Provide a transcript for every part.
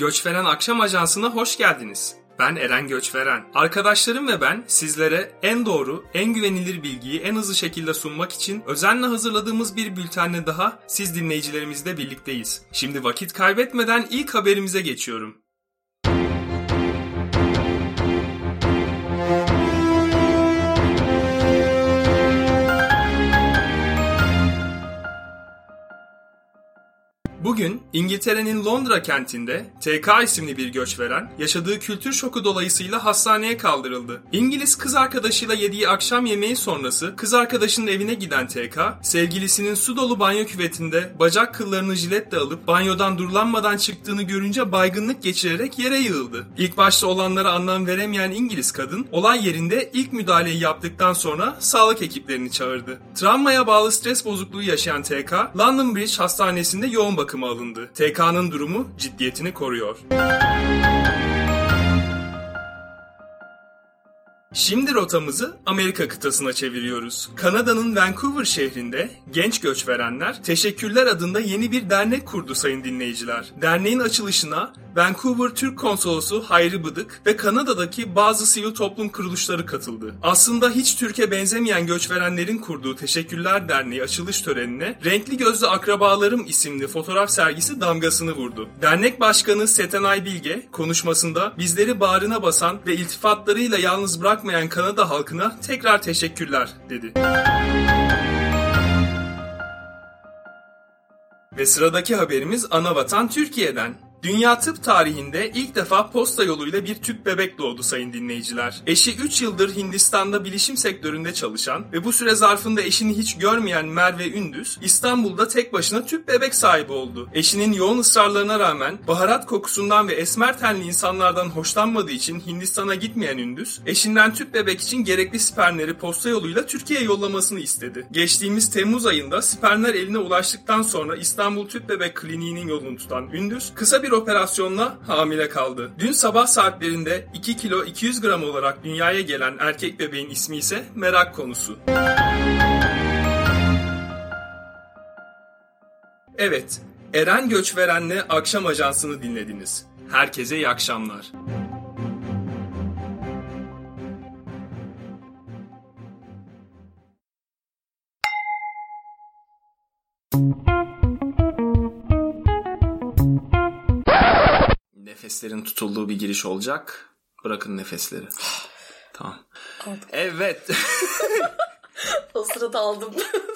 Göçveren Akşam Ajansı'na hoş geldiniz. Ben Eren Göçveren. Arkadaşlarım ve ben sizlere en doğru, en güvenilir bilgiyi en hızlı şekilde sunmak için özenle hazırladığımız bir bültenle daha siz dinleyicilerimizle birlikteyiz. Şimdi vakit kaybetmeden ilk haberimize geçiyorum. Bugün İngiltere'nin Londra kentinde TK isimli bir göçveren yaşadığı kültür şoku dolayısıyla hastaneye kaldırıldı. İngiliz kız arkadaşıyla yediği akşam yemeği sonrası kız arkadaşının evine giden TK, sevgilisinin su dolu banyo küvetinde bacak kıllarını jiletle alıp banyodan durulanmadan çıktığını görünce baygınlık geçirerek yere yığıldı. İlk başta olanlara anlam veremeyen İngiliz kadın olay yerinde ilk müdahaleyi yaptıktan sonra sağlık ekiplerini çağırdı. Travmaya bağlı stres bozukluğu yaşayan TK, London Bridge Hastanesi'nde yoğun bakıma alındı. TK'nın durumu ciddiyetini koruyor. Şimdi rotamızı Amerika kıtasına çeviriyoruz. Kanada'nın Vancouver şehrinde genç göçverenler Teşekkürler adında yeni bir dernek kurdu sayın dinleyiciler. Derneğin açılışına Vancouver Türk Konsolosu Hayri Bıdık ve Kanada'daki bazı sivil toplum kuruluşları katıldı. Aslında hiç Türkiye benzemeyen göçverenlerin kurduğu Teşekkürler Derneği açılış törenine Renkli Gözlü Akrabalarım isimli fotoğraf sergisi damgasını vurdu. Dernek Başkanı Setenay Bilge konuşmasında bizleri bağrına basan ve iltifatlarıyla yalnız bırakmayan Kanada halkına tekrar teşekkürler dedi. Ve sıradaki haberimiz Anavatan Türkiye'den. Dünya tıp tarihinde ilk defa posta yoluyla bir tüp bebek doğdu sayın dinleyiciler. Eşi 3 yıldır Hindistan'da bilişim sektöründe çalışan ve bu süre zarfında eşini hiç görmeyen Merve Ündüz, İstanbul'da tek başına tüp bebek sahibi oldu. Eşinin yoğun ısrarlarına rağmen baharat kokusundan ve esmer tenli insanlardan hoşlanmadığı için Hindistan'a gitmeyen Ündüz, eşinden tüp bebek için gerekli spermleri posta yoluyla Türkiye'ye yollamasını istedi. Geçtiğimiz Temmuz ayında spermler eline ulaştıktan sonra İstanbul Tüp Bebek Kliniği'nin yolunu tutan Ündüz, kısa bir operasyonla hamile kaldı. Dün sabah saatlerinde 2 kilo 200 gram olarak dünyaya gelen erkek bebeğin ismi ise merak konusu. Evet, Eren Göçveren'le Akşam Ajansı'nı dinlediniz. Herkese iyi akşamlar. Nefeslerin tutulduğu bir giriş olacak. Bırakın nefesleri. Tamam. Aldım. Evet. O sırada aldım.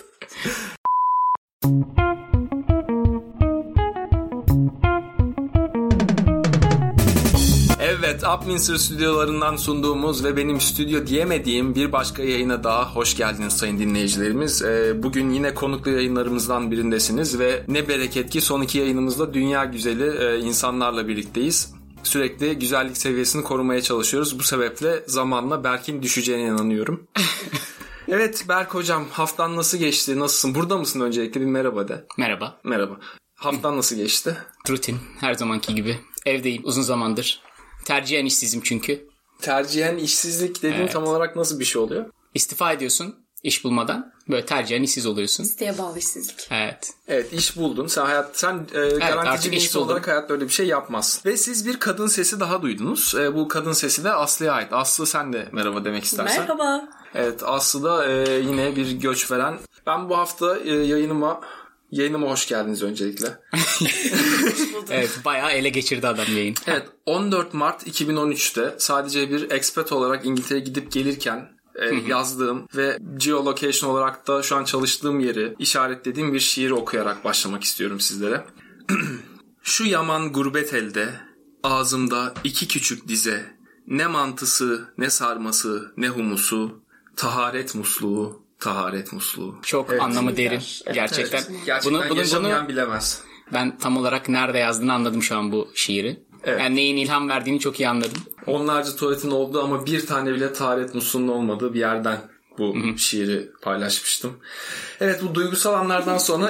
Evet, Upminster stüdyolarından sunduğumuz ve benim stüdyo diyemediğim bir başka yayına daha hoş geldiniz sayın dinleyicilerimiz. Bugün yine konuklu yayınlarımızdan birindesiniz ve ne bereket ki son 2 yayınımızda dünya güzeli insanlarla birlikteyiz. Sürekli güzellik seviyesini korumaya çalışıyoruz. Bu sebeple zamanla Berk'in düşeceğine inanıyorum. Evet Berk hocam, haftan nasıl geçti? Nasılsın? Burada mısın öncelikle? Bir merhaba de. Merhaba. Merhaba. Haftan nasıl geçti? Rutin. Her zamanki gibi. Evdeyim uzun zamandır. Tercihen işsizim çünkü. Tercihen işsizlik dediğin evet. Tam olarak nasıl bir şey oluyor? İstifa ediyorsun iş bulmadan. Böyle tercihen işsiz oluyorsun. İsteğe bağlı işsizlik. Evet. Evet, iş buldun. Sen garantici bir insan olarak hayatta öyle bir şey yapmazsın. Ve siz bir kadın sesi daha duydunuz. Bu kadın sesi de Aslı'ya ait. Aslı sen de merhaba demek istersen. Merhaba. Evet, Aslı da yine bir göçveren. Ben bu hafta yayınıma hoş geldiniz öncelikle. Evet, bayağı ele geçirdi adam yayın. Evet, 14 Mart 2013'te sadece bir expat olarak İngiltere'ye gidip gelirken yazdığım ve geolocation olarak da şu an çalıştığım yeri işaretlediğim bir şiir okuyarak başlamak istiyorum sizlere. Şu yaman gurbet elde, ağzımda 2 küçük dize, ne mantısı, ne sarması, ne humusu, taharet musluğu, taharet musluğu. Çok evet, anlamı derin gerçekten. Evet. Gerçekten yaşamayan bilemez. Ben tam olarak nerede yazdığını anladım şu an bu şiiri. Evet. Yani neyin ilham verdiğini çok iyi anladım. Onlarca tuvaletin olduğu ama bir tane bile taharet musluğunun olmadığı bir yerden bu şiiri paylaşmıştım. Evet, bu duygusal anlardan sonra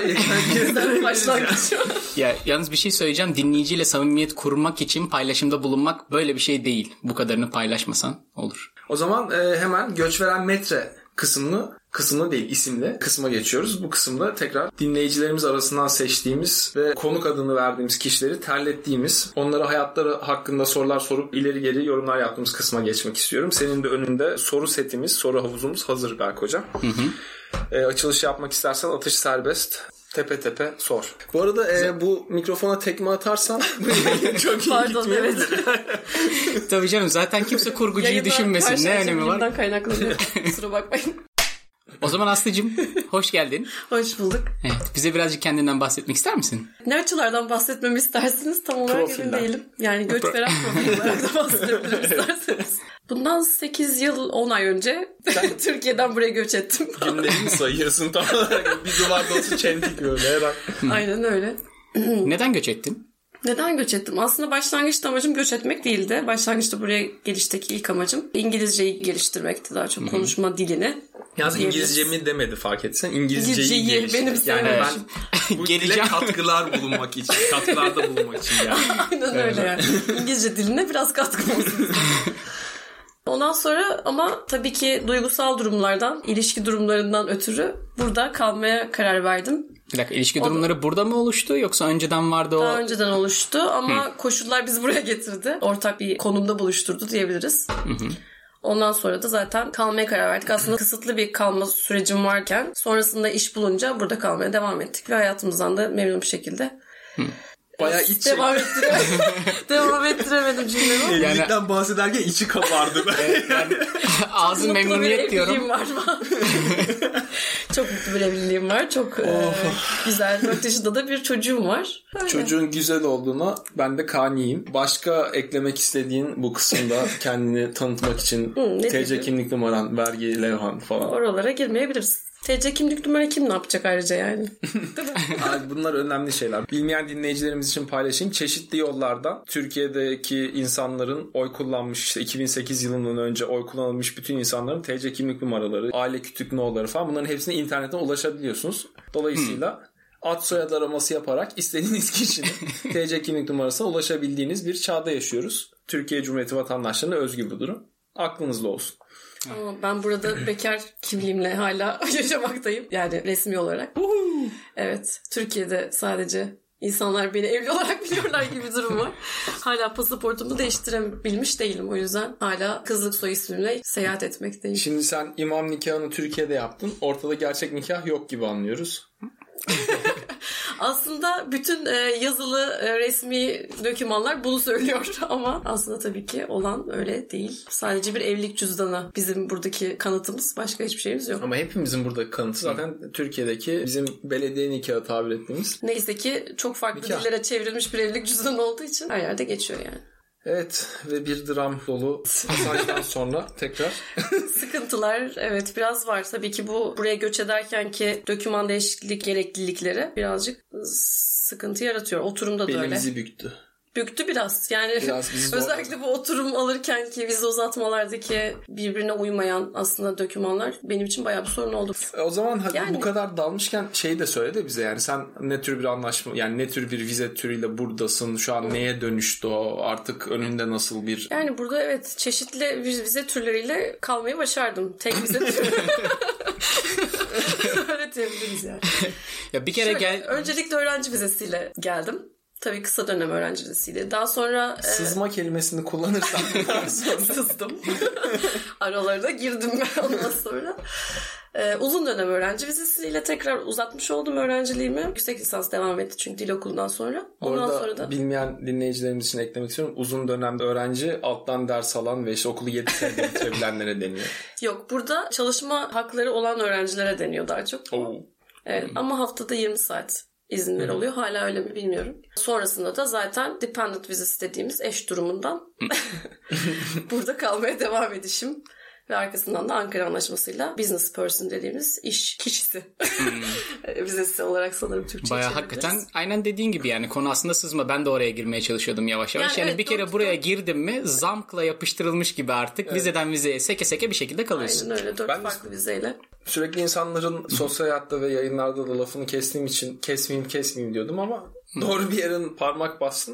ya yalnız bir şey söyleyeceğim. Dinleyiciyle samimiyet kurmak için paylaşımda bulunmak böyle bir şey değil. Bu kadarını paylaşmasan olur. O zaman hemen Göçveren Metre kısmını kısmına değil, isimli kısma geçiyoruz. Bu kısımda tekrar dinleyicilerimiz arasından seçtiğimiz ve konuk adını verdiğimiz kişileri terlettiğimiz, onlara hayatları hakkında sorular sorup ileri geri yorumlar yaptığımız kısma geçmek istiyorum. Senin de önünde soru setimiz, soru havuzumuz hazır Berk Hocam. Açılış yapmak istersen atış serbest. Tepe tepe sor. Bu arada bu mikrofona tekme atarsan çok iyi gitmeyebilir. Tabii canım, zaten kimse kurgucuyu düşünmesin. Ne önemi var? Yayından kaynaklanıyor. Kusura bakmayın. O zaman Aslı'cığım hoş geldin. Hoş bulduk. Evet, bize birazcık kendinden bahsetmek ister misin? Ne açılardan bahsetmemi istersiniz? Tam olarak emin değilim. Yani göç veren profil olarak da bahsedebilirim isterseniz. Bundan 8 yıl 10 ay önce Türkiye'den buraya göç ettim. Günlerimi sayıyorsun tam olarak. Bir duvar dolusu çentik böyle her an. Aynen öyle. Neden göç ettin? Neden göç ettim? Aslında başlangıçta amacım göç etmek değildi. Başlangıçta buraya gelişteki ilk amacım İngilizceyi geliştirmekti. Daha çok konuşma dilini. Yalnız İngilizce mi demedi fark etsen. İngilizceyi geliştirmek. Benim yani ben bu dile katkılar bulunmak için. Katkılarda bulunmak için yani. Aynen öyle yani. İngilizce diline biraz katkım olsun. Ondan sonra ama tabii ki duygusal durumlardan, ilişki durumlarından ötürü burada kalmaya karar verdim. Bir dakika, ilişki durumları burada mı oluştu yoksa önceden vardı o? Daha önceden oluştu ama koşullar bizi buraya getirdi. Ortak bir konumda buluşturdu diyebiliriz. Ondan sonra da zaten kalmaya karar verdik. Aslında kısıtlı bir kalma sürecim varken sonrasında iş bulunca burada kalmaya devam ettik ve hayatımızdan da memnun bir şekilde bayağı iç devam ettiremedim cümlemi. Evlilikten bahsederken içi kabardı. Yani, ağzın memnuniyet diyorum. Var. Çok mutlu bir evliliğim var. Çok güzel. 4 yaşında da bir çocuğum var. Öyle. Çocuğun güzel olduğuna ben de kaniyim. Başka eklemek istediğin bu kısımda kendini tanıtmak için TC kimlik numaran, vergi levhan falan. Oralara girmeyebiliriz. TC kimlik numara kim ne yapacak ayrıca yani? Değil mi? Yani bunlar önemli şeyler. Bilmeyen dinleyicilerimiz için paylaşayım. Çeşitli yollardan Türkiye'deki insanların oy kullanmış, işte 2008 yılından önce oy kullanılmış bütün insanların TC kimlik numaraları, aile kütük no'ları falan, bunların hepsine internetten ulaşabiliyorsunuz. Dolayısıyla ad soyad araması yaparak istediğiniz kişinin TC kimlik numarasına ulaşabildiğiniz bir çağda yaşıyoruz. Türkiye Cumhuriyeti vatandaşlarına özgü bu durum. Aklınızda olsun. Ama ben burada bekar kimliğimle hala yaşamaktayım. Yani resmi olarak. Evet. Türkiye'de sadece insanlar beni evli olarak biliyorlar gibi bir durum var. Hala pasaportumu değiştirebilmiş değilim. O yüzden hala kızlık soy ismimle seyahat etmekteyim. Şimdi sen imam nikahını Türkiye'de yaptın. Ortada gerçek nikah yok gibi anlıyoruz. Aslında bütün yazılı resmi dokümanlar bunu söylüyor ama aslında tabii ki olan öyle değil. Sadece bir evlilik cüzdanı bizim buradaki kanıtımız. Başka hiçbir şeyimiz yok. Ama hepimizin burada kanıtı zaten Türkiye'deki bizim belediye nikahı tabir ettiğimiz. Neyse ki çok farklı dillere çevrilmiş bir evlilik cüzdanı olduğu için her yerde geçiyor yani. Evet ve bir dram dolu pasajdan sonra tekrar. Sıkıntılar evet biraz var. Tabii ki bu buraya göç ederken ki doküman değişiklik gereklilikleri birazcık sıkıntı yaratıyor. Oturumda da öyle. Belimizi büktü. Büktü biraz. Yani biraz özellikle bu oturum alırken ki vize uzatmalardaki birbirine uymayan aslında dokümanlar benim için bayağı bir sorun oldu. O zaman bu kadar dalmışken şeyi de söyle de bize, yani sen ne tür bir anlaşma, yani ne tür bir vize türüyle buradasın, şu an neye dönüştü o, artık önünde nasıl bir... Yani burada evet çeşitli vize türleriyle kalmayı başardım. Tek vize türü. Öyle diyebiliriz yani. Ya bir kere öncelikle öğrenci vizesiyle geldim. Tabii kısa dönem öğrenci vizesiyle. Daha sonra... Sızma kelimesini kullanırsan. Sızdım. Aralarına girdim ben ondan sonra. Uzun dönem öğrenci vizesiyle tekrar uzatmış oldum öğrenciliğimi. Yüksek lisans devam etti çünkü dil okulundan sonra. Ondan sonra da... bilmeyen dinleyicilerimiz için eklemek istiyorum. Uzun dönemde öğrenci alttan ders alan ve işte okulu 7 senede bitirebilenlere deniyor. Yok, burada çalışma hakları olan öğrencilere deniyor daha çok. Evet, ama haftada 20 saat izinler oluyor. Hala öyle mi bilmiyorum. Sonrasında da zaten dependent vizesi dediğimiz eş durumundan burada kalmaya devam edişim. Ve arkasından da Ankara Anlaşması'yla business person dediğimiz iş kişisi vizesi olarak sanırım Türkçe'ye bayağı hakikaten aynen dediğin gibi yani konu aslında sızma. Ben de oraya girmeye çalışıyordum yavaş yavaş. Yani evet, bir kere buraya girdim mi zamkla yapıştırılmış gibi artık vizeden vizeye seke seke bir şekilde kalıyorsun. Aynen öyle. 4 farklı vizeyle. Sürekli insanların sosyal hayatta ve yayınlarda da lafını kestiğim için kesmeyeyim diyordum ama doğru bir yerin parmak bastın.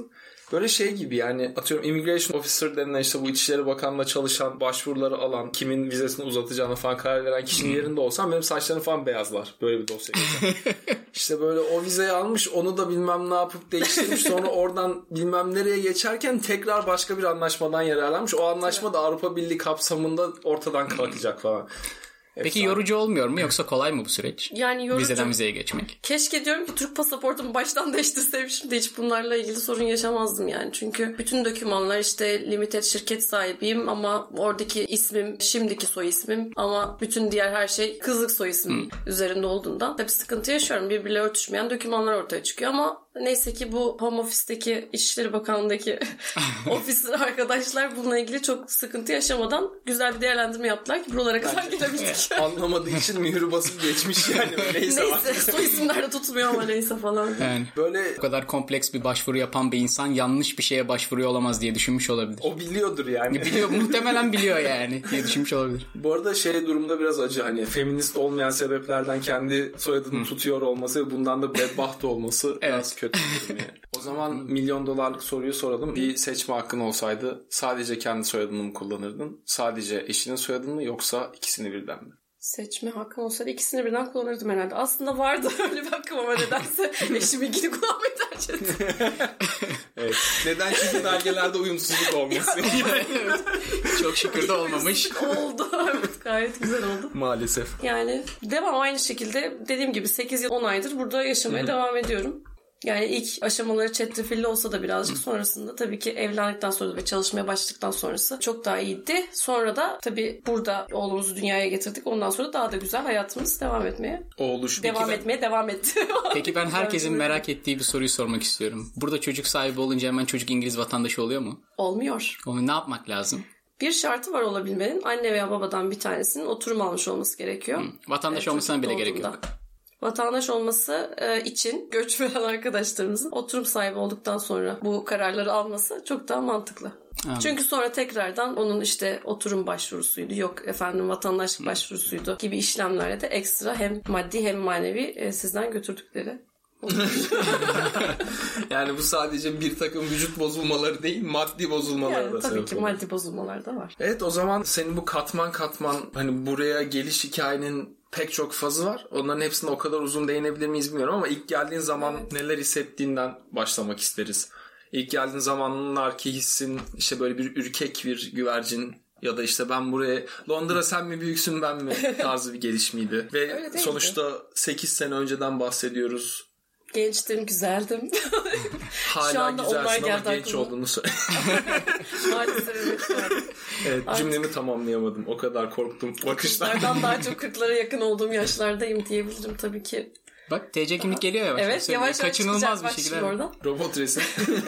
Böyle şey gibi yani, atıyorum immigration officer denilen işte bu İçişleri Bakanlığı'nda çalışan, başvuruları alan, kimin vizesini uzatacağına falan karar veren kişinin yerinde olsam benim saçlarım falan beyazlar. Böyle bir dosya. İşte böyle o vizeyi almış, onu da bilmem ne yapıp değiştirmiş, sonra oradan bilmem nereye geçerken tekrar başka bir anlaşmadan yararlanmış. O anlaşma da Avrupa Birliği kapsamında ortadan kalkacak falan. Peki yorucu olmuyor mu yoksa kolay mı bu süreç? Yani yorucu. Vizeden vizeye geçmek. Keşke diyorum ki Türk pasaportumu baştan değiştirseymişim de hiç bunlarla ilgili sorun yaşamazdım yani. Çünkü bütün dokümanlar işte limited şirket sahibiyim ama oradaki ismim şimdiki soy ismim ama bütün diğer her şey kızlık soy ismim üzerinde olduğundan tabii sıkıntı yaşıyorum. Birbirle örtüşmeyen dokümanlar ortaya çıkıyor ama neyse ki bu Home Office'teki İçişleri Bakanlığı'ndaki ofisler arkadaşlar bununla ilgili çok sıkıntı yaşamadan güzel bir değerlendirme yaptılar ki buralara kadar gelebildik. Anlamadığı için mühürü basıp geçmiş yani. Neyse soy isimler de tutmuyor ama neyse falan. Yani böyle bu kadar kompleks bir başvuru yapan bir insan yanlış bir şeye başvuruyor olamaz diye düşünmüş olabilir. O biliyordur yani. Biliyor, muhtemelen biliyor yani diye düşünmüş olabilir. Bu arada durumda biraz acı, hani feminist olmayan sebeplerden kendi soyadını tutuyor olması ve bundan da bedbaht olması biraz kötü bir durum yani. O zaman $1 milyon soruyu soralım. Bir seçme hakkın olsaydı sadece kendi soyadını mı kullanırdın? Sadece eşinin soyadını mı yoksa ikisini birden mi? Seçme hakkım olsaydı ikisini birden kullanırdım herhalde. Aslında vardı öyle bir hakkım ama nedense eşiminkini kullanmayı tercih ettim. Evet. Neden? Çünkü belgelerde uyumsuzluk olması. Çok şükür de olmamış. Oldu. Evet, gayet güzel oldu. Maalesef. Yani devam aynı şekilde dediğim gibi 8 yıl 10 aydır burada yaşamaya devam ediyorum. Yani ilk aşamaları çetrefilli olsa da birazcık sonrasında tabii ki evlendikten sonra ve çalışmaya başladıktan sonrası çok daha iyiydi. Sonra da tabii burada oğlumuzu dünyaya getirdik. Ondan sonra daha da güzel hayatımız devam etmeye. Devam etti. Peki ben herkesin merak ettiği bir soruyu sormak istiyorum. Burada çocuk sahibi olunca hemen çocuk İngiliz vatandaşı oluyor mu? Olmuyor. Ne yapmak lazım? Bir şartı var olabilmenin. Anne veya babadan bir tanesinin oturum almış olması gerekiyor. Vatandaş olmasına bile gerek yok. Vatandaş olması için göç veren arkadaşlarımızın oturum sahibi olduktan sonra bu kararları alması çok daha mantıklı. Anladım. Çünkü sonra tekrardan onun işte oturum başvurusuydu, yok efendim vatandaşlık başvurusuydu gibi işlemlerle de ekstra hem maddi hem manevi sizden götürdükleri. Yani bu sadece bir takım vücut bozulmaları değil, maddi bozulmaları yani, da tabii ki maddi bozulmalar da var. Evet, o zaman senin bu katman hani buraya geliş hikayenin pek çok fazı var. Onların hepsine o kadar uzun değinebilir miyiz bilmiyorum ama ilk geldiğin zaman neler hissettiğinden başlamak isteriz. İlk geldiğin zamanlarki hissin işte böyle bir ürkek bir güvercin ya da işte ben buraya Londra sen mi büyüksün ben mi tarzı bir geliş miydi? Ve sonuçta 8 sene önceden bahsediyoruz. Gençtim, güzeldim. Hala güzelsin ama genç olduğunu söyle. Maalesef evet, cümlemi tamamlayamadım. O kadar korktum bakışlardan. Daha çok 40'lara yakın olduğum yaşlardayım diyebilirim tabii ki. Bak TC kimlik geliyor yavaş. Evet, yavaş kaçınılmaz bir şekilde. Robot resim.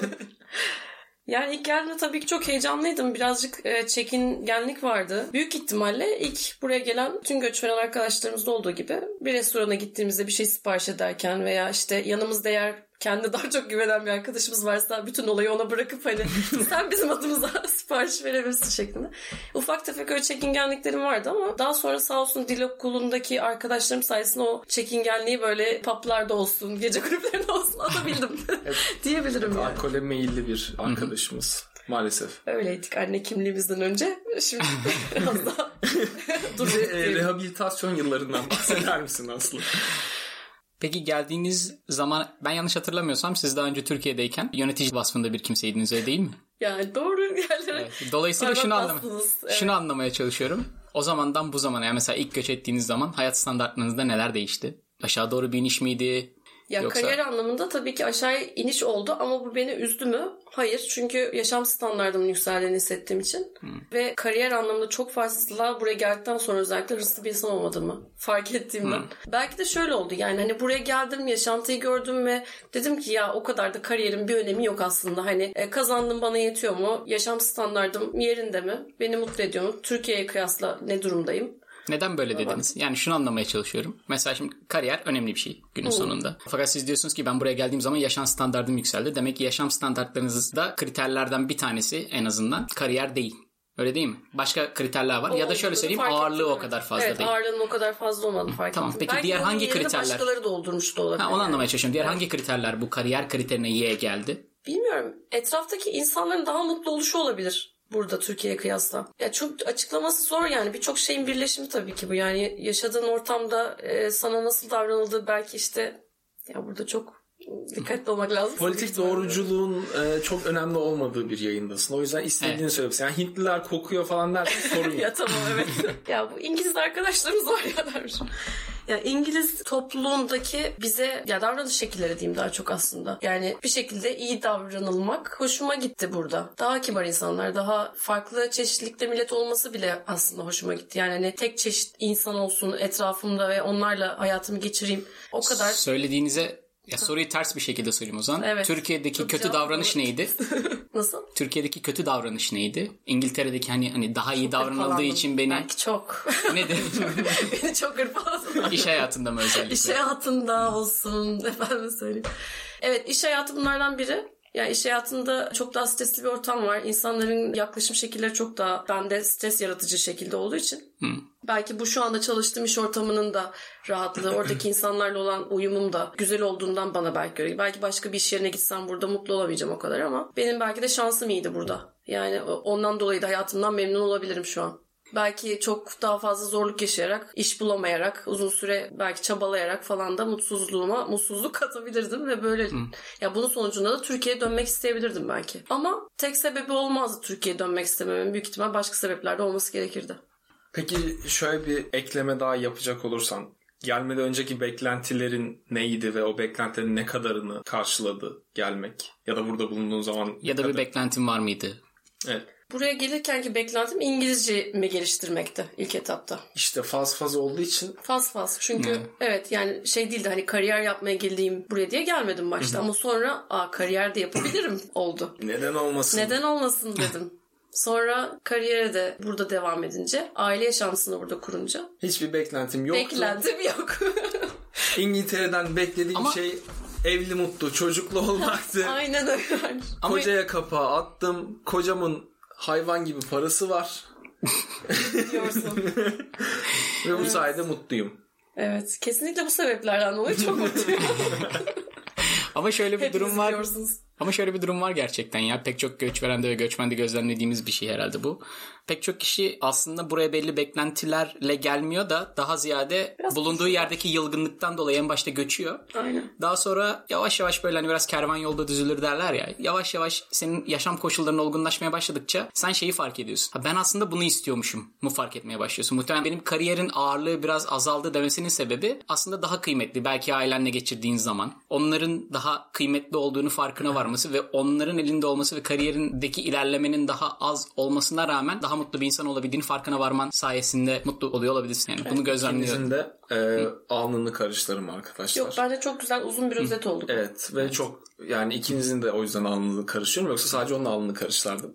Yani ilk geldiğimde tabii ki çok heyecanlıydım. Birazcık çekingenlik vardı. Büyük ihtimalle ilk buraya gelen tüm göçmen arkadaşlarımızda olduğu gibi bir restorana gittiğimizde bir şey sipariş ederken veya işte yanımızda eğer kendi daha çok güvenen bir arkadaşımız varsa bütün olayı ona bırakıp hani sen bizim adımıza sipariş verebilirsin şeklinde. Ufak tefek öyle çekingenliklerim vardı ama daha sonra sağ olsun dil okulundaki arkadaşlarım sayesinde o çekingenliği böyle publarda olsun, gece kulüplerinde olsun atabildim diyebilirim yani. Alkole meyilli bir arkadaşımız. Maalesef. Öyleydik anne kimliğimizden önce. Şimdi biraz daha rehabilitasyon yıllarından bahseder misin Aslı? Peki geldiğiniz zaman ben yanlış hatırlamıyorsam siz daha önce Türkiye'deyken yönetici vasfında bir kimseydiniz, öyle değil mi? Yani doğru yerlere. Evet. Dolayısıyla şunu anlamaya çalışıyorum. O zamandan bu zamana yani mesela ilk göç ettiğiniz zaman hayat standartlarınızda neler değişti? Aşağı doğru bir iniş miydi? Ya yoksa... Kariyer anlamında tabii ki aşağı iniş oldu ama bu beni üzdü mü? Hayır, çünkü yaşam standartımın yükseldiğini hissettiğim için ve kariyer anlamında çok fazla buraya geldikten sonra özellikle hırslı bir insan olmadığımı fark ettiğimden. Belki de şöyle oldu yani hani buraya geldim, yaşantıyı gördüm ve dedim ki ya o kadar da kariyerin bir önemi yok aslında. Hani kazandım bana yetiyor mu? Yaşam standardım yerinde mi? Beni mutlu ediyor mu? Türkiye'ye kıyasla ne durumdayım? Neden böyle dediniz? Yani şunu anlamaya çalışıyorum. Mesela şimdi kariyer önemli bir şey günün sonunda. Fakat siz diyorsunuz ki ben buraya geldiğim zaman yaşam standardım yükseldi. Demek ki yaşam standartlarınızda kriterlerden bir tanesi en azından kariyer değil. Öyle değil mi? Başka kriterler var. Ya da şöyle söyleyeyim, ağırlığı o kadar fazla değil. Evet, ağırlığının o kadar fazla olmadı fark ettim. Peki belki diğer hangi kriterler? Başkaları doldurmuş da olabilir. Onu anlamaya çalışıyorum. Diğer hangi kriterler bu kariyer kriterine Y geldi? Bilmiyorum. Etraftaki insanların daha mutlu oluşu olabilir burada Türkiye'ye kıyasla. Ya çok açıklaması zor yani. Birçok şeyin birleşimi tabii ki bu. Yani yaşadığın ortamda sana nasıl davranıldığı belki işte ya burada çok dikkatli olmak lazım. Politik doğruculuğun çok önemli olmadığı bir yayındasın. O yüzden istediğini söyleyebilirsin. Yani Hintliler kokuyor falan dersen sorun yok. Ya tamam evet. Ya bu İngiliz arkadaşlarımız var ya dermiş. Ya İngiliz topluluğundaki bize ya davranış şekilleri diyeyim daha çok aslında. Yani bir şekilde iyi davranılmak hoşuma gitti burada. Daha kibar insanlar, daha farklı çeşitlilikte millet olması bile aslında hoşuma gitti. Yani hani tek çeşit insan olsun etrafımda ve onlarla hayatımı geçireyim. O kadar. Söylediğinize soruyu ters bir şekilde sorayım o zaman. Evet. Türkiye'deki Çok kötü davranış neydi? Nasıl? Türkiye'deki kötü davranış neydi? İngiltere'deki hani daha iyi davranıldığı için beni... Belki çok. Nedir? Beni çok hırpaladı. İş hayatında mı özellikle? İş hayatında olsun. Efendim söyleyeyim. Evet, iş hayatı bunlardan biri. Yani iş hayatında çok daha stresli bir ortam var. İnsanların yaklaşım şekilleri çok daha bende stres yaratıcı şekilde olduğu için. Belki bu şu anda çalıştığım iş ortamının da rahatlığı, oradaki insanlarla olan uyumum da güzel olduğundan bana belki göre. Belki başka bir iş yerine gitsem burada mutlu olamayacağım o kadar ama benim belki de şansım iyiydi burada. Yani ondan dolayı da hayatımdan memnun olabilirim şu an. Belki çok daha fazla zorluk yaşayarak, iş bulamayarak, uzun süre belki çabalayarak falan da mutsuzluk katabilirdim ve böyle ya bunun sonucunda da Türkiye'ye dönmek isteyebilirdim belki. Ama tek sebebi olmazdı Türkiye'ye dönmek istememin. Büyük ihtimal başka sebepler de olması gerekirdi. Peki şöyle bir ekleme daha yapacak olursan, gelmeden önceki beklentilerin neydi ve o beklentilerin ne kadarını karşıladı gelmek? Ya da burada bulunduğun zaman... Ya da bir beklentin var mıydı? Evet. Buraya gelirkenki beklentim İngilizcemi geliştirmekti ilk etapta. İşte faz olduğu için. Faz. Çünkü evet yani şey değildi hani kariyer yapmaya geldiğim buraya diye gelmedim başta. Ama sonra kariyer de yapabilirim oldu. Neden olmasın? Neden olmasın dedim. Sonra kariyere de burada devam edince, aile yaşantısını burada kurunca. Hiçbir beklentim yoktu. Beklentim yok. İngiltere'den beklediğim şey evli mutlu çocuklu olmaktı. Aynen öyle. Kocaya kapağı attım. Kocamın hayvan gibi parası var. Diyorsun. Ve bu sayede mutluyum. Evet. Kesinlikle bu sebeplerden dolayı çok mutluyum. Ama şöyle bir durum var. Diyorsunuz. Ama şöyle bir durum var gerçekten ya. Pek çok göçverende ve göçmende gözlemlediğimiz bir şey herhalde bu. Pek çok kişi aslında buraya belli beklentilerle gelmiyor da daha ziyade biraz bulunduğu yerdeki yılgınlıktan dolayı en başta göçüyor. Aynen. Daha sonra yavaş yavaş böyle hani biraz kervan yolda düzülür derler ya. Yavaş yavaş senin yaşam koşulların olgunlaşmaya başladıkça sen şeyi fark ediyorsun. Ben aslında bunu istiyormuşum mu fark etmeye başlıyorsun. Muhtemelen benim kariyerin ağırlığı biraz azaldı demesinin sebebi aslında daha kıymetli. Belki ailenle geçirdiğin zaman onların daha kıymetli olduğunu farkına varması ve onların elinde olması ve kariyerindeki ilerlemenin daha az olmasına rağmen daha mutlu bir insan olabildiğini farkına varman sayesinde mutlu oluyor olabilirsin. Yani bunu gözlemliyorum. İkinizin de alnını karıştırırım arkadaşlar. Yok bence çok güzel uzun bir özet oldu. Evet ve çok yani ikinizin de o yüzden alnını karıştırıyorum. Yoksa sadece onun alnını karıştırdım.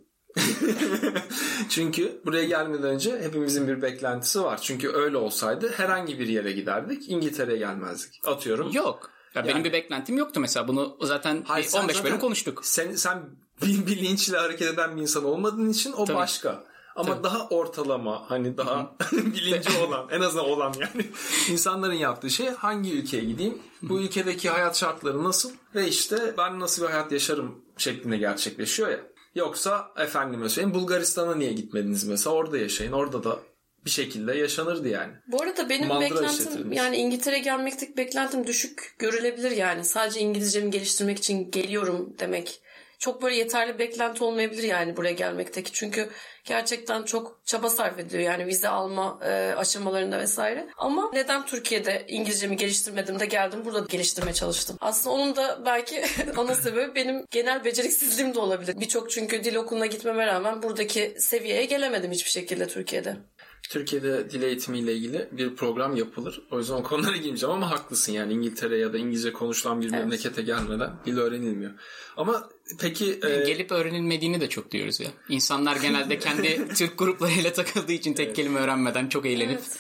Çünkü buraya gelmeden önce hepimizin bir beklentisi var. Çünkü öyle olsaydı herhangi bir yere giderdik. İngiltere'ye gelmezdik. Atıyorum. Yok. Ya benim bir beklentim yoktu mesela. Bunu zaten 15 bölüm konuştuk. Sen bilinçle hareket eden bir insan olmadığın için o tabii. Başka. Ama tabii. Daha ortalama hani daha bilinci olan en azından olan yani insanların yaptığı şey hangi ülkeye gideyim? Bu ülkedeki hayat şartları nasıl? Ve işte ben nasıl bir hayat yaşarım şeklinde gerçekleşiyor ya. Yoksa efendime söyleyeyim Bulgaristan'a niye gitmediniz mesela? Orada yaşayın. Orada da bir şekilde yaşanırdı yani. Bu arada benim beklentim yani İngiltere'ye gelmekteki beklentim düşük görülebilir yani. Sadece İngilizcemi geliştirmek için geliyorum demek. Çok böyle yeterli bir beklenti olmayabilir yani buraya gelmekteki. Çünkü gerçekten çok çaba sarf ediyor yani vize alma aşamalarında vesaire. Ama neden Türkiye'de İngilizcemi geliştirmedim de geldim burada geliştirmeye çalıştım. Aslında onun da belki ana sebebi benim genel beceriksizliğim de olabilir. Birçok çünkü dil okuluna gitmeme rağmen buradaki seviyeye gelemedim hiçbir şekilde Türkiye'de. Türkiye'de dil eğitimiyle ilgili bir program yapılır. O yüzden o konulara girmeyeceğim ama haklısın yani İngiltere ya da İngilizce konuşulan bir memlekete gelmeden dil öğrenilmiyor. Ama peki... Gelip öğrenilmediğini de çok diyoruz ya. İnsanlar genelde kendi Türk gruplarıyla takıldığı için tek kelime öğrenmeden çok eğlenip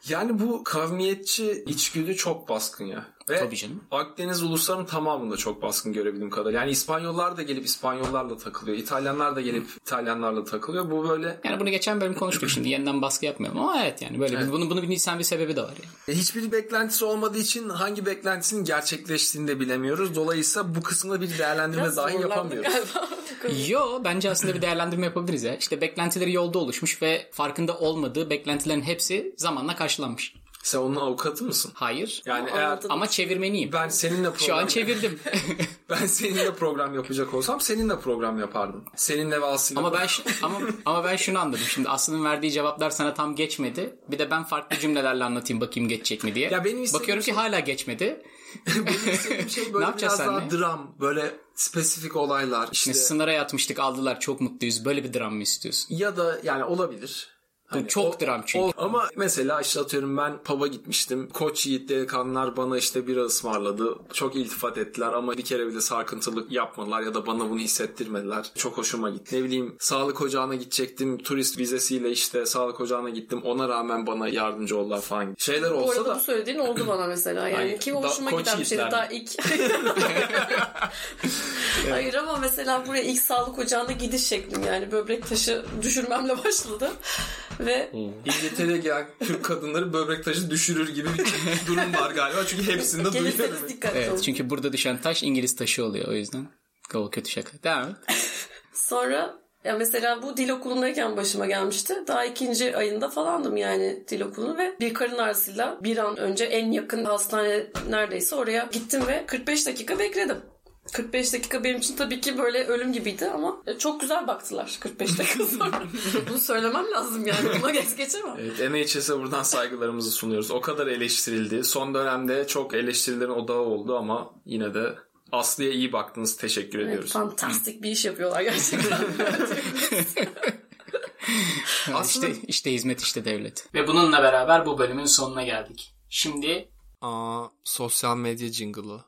Yani bu kavmiyetçi içgüdü çok baskın ya. Ve Tabii canım. Akdeniz uluslarının tamamında çok baskın görebildiğim kadarıyla. Yani İspanyollar da gelip İspanyollarla takılıyor. İtalyanlar da gelip İtalyanlarla takılıyor. Bu böyle... Yani bunu geçen bölüm konuştuk, şimdi yeniden baskı yapmayalım ama evet yani böyle evet. Bunu bilirsen bir sebebi de var yani. Hiçbir beklentisi olmadığı için hangi beklentisinin gerçekleştiğini de bilemiyoruz. Dolayısıyla bu kısımda bir değerlendirme dahi yapamıyoruz. Yo, bence aslında bir değerlendirme yapabiliriz ya. İşte beklentileri yolda oluşmuş ve farkında olmadığı beklentilerin hepsi zamanla karşılanmış. Sen onun avukatı mısın? Hayır. Yani ama çevirmeniyim. Ben seninle şu an çevirdim. Ben seninle program yapacak olsam seninle program yapardım. Seninle ve Aslı'yla. Ama ben şunu anladım. Şimdi Aslı'nın verdiği cevaplar sana tam geçmedi. Bir de ben farklı cümlelerle anlatayım bakayım geçecek mi diye. Ya benim bakıyorum ki hala geçmedi. Benim istediğim şey böyle biraz daha dram, böyle spesifik olaylar. İşte sınıra yatmıştık, aldılar, çok mutluyuz. Böyle bir dram mı istiyorsun? Ya da yani olabilir. Hani çok dram çünkü. Ama mesela işte atıyorum ben pub'a gitmiştim. Koç yiğit delikanlılar bana işte bira ısmarladı. Çok iltifat ettiler ama bir kere bile sarkıntılık yapmadılar ya da bana bunu hissettirmediler. Çok hoşuma gitti. Ne bileyim, sağlık ocağına gidecektim. Turist vizesiyle işte sağlık ocağına gittim. Ona rağmen bana yardımcı oldular falan. Şeyler olsa da. Bu arada bu söylediğin oldu bana mesela. Yani kim hoşuma giden bir şeydi daha ilk. Hayır ama mesela buraya ilk sağlık ocağına gidiş şeklim yani böbrek taşı düşürmemle başladı. Ve İngiltere'ye gelen Türk kadınları böbrek taşı düşürür gibi bir durum var galiba. Çünkü hepsinde duyuyorum. Evet, çünkü burada düşen taş İngiliz taşı oluyor, o yüzden. O kötü şaka. Devam et. Sonra ya mesela bu dil okulundayken başıma gelmişti. Daha 2. ayında falandım yani dil okulunu ve bir karın ağrısıyla bir an önce en yakın hastane neredeyse oraya gittim ve 45 dakika bekledim. 45 dakika benim için tabii ki böyle ölüm gibiydi ama çok güzel baktılar 45 dakika sonra. Bunu söylemem lazım yani. Buna geçemem. Evet, NHS'e buradan saygılarımızı sunuyoruz. O kadar eleştirildi. Son dönemde çok eleştirilerin odağı oldu ama yine de Aslı'ya iyi baktınız. Teşekkür ediyoruz. Fantastik bir iş yapıyorlar gerçekten. Aslında... İşte hizmet, işte devlet. Ve bununla beraber bu bölümün sonuna geldik. Şimdi... sosyal medya jingle'ı.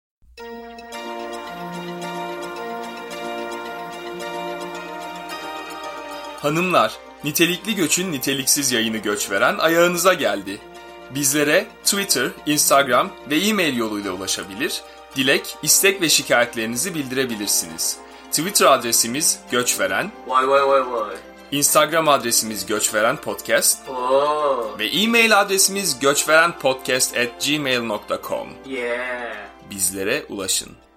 Hanımlar, nitelikli göçün niteliksiz yayını Göçveren ayağınıza geldi. Bizlere Twitter, Instagram ve e-mail yoluyla ulaşabilir, dilek, istek ve şikayetlerinizi bildirebilirsiniz. Twitter adresimiz Göçveren, Instagram adresimiz Göçveren Podcast ve e-mail adresimiz göçverenpodcast@gmail.com. Bizlere ulaşın.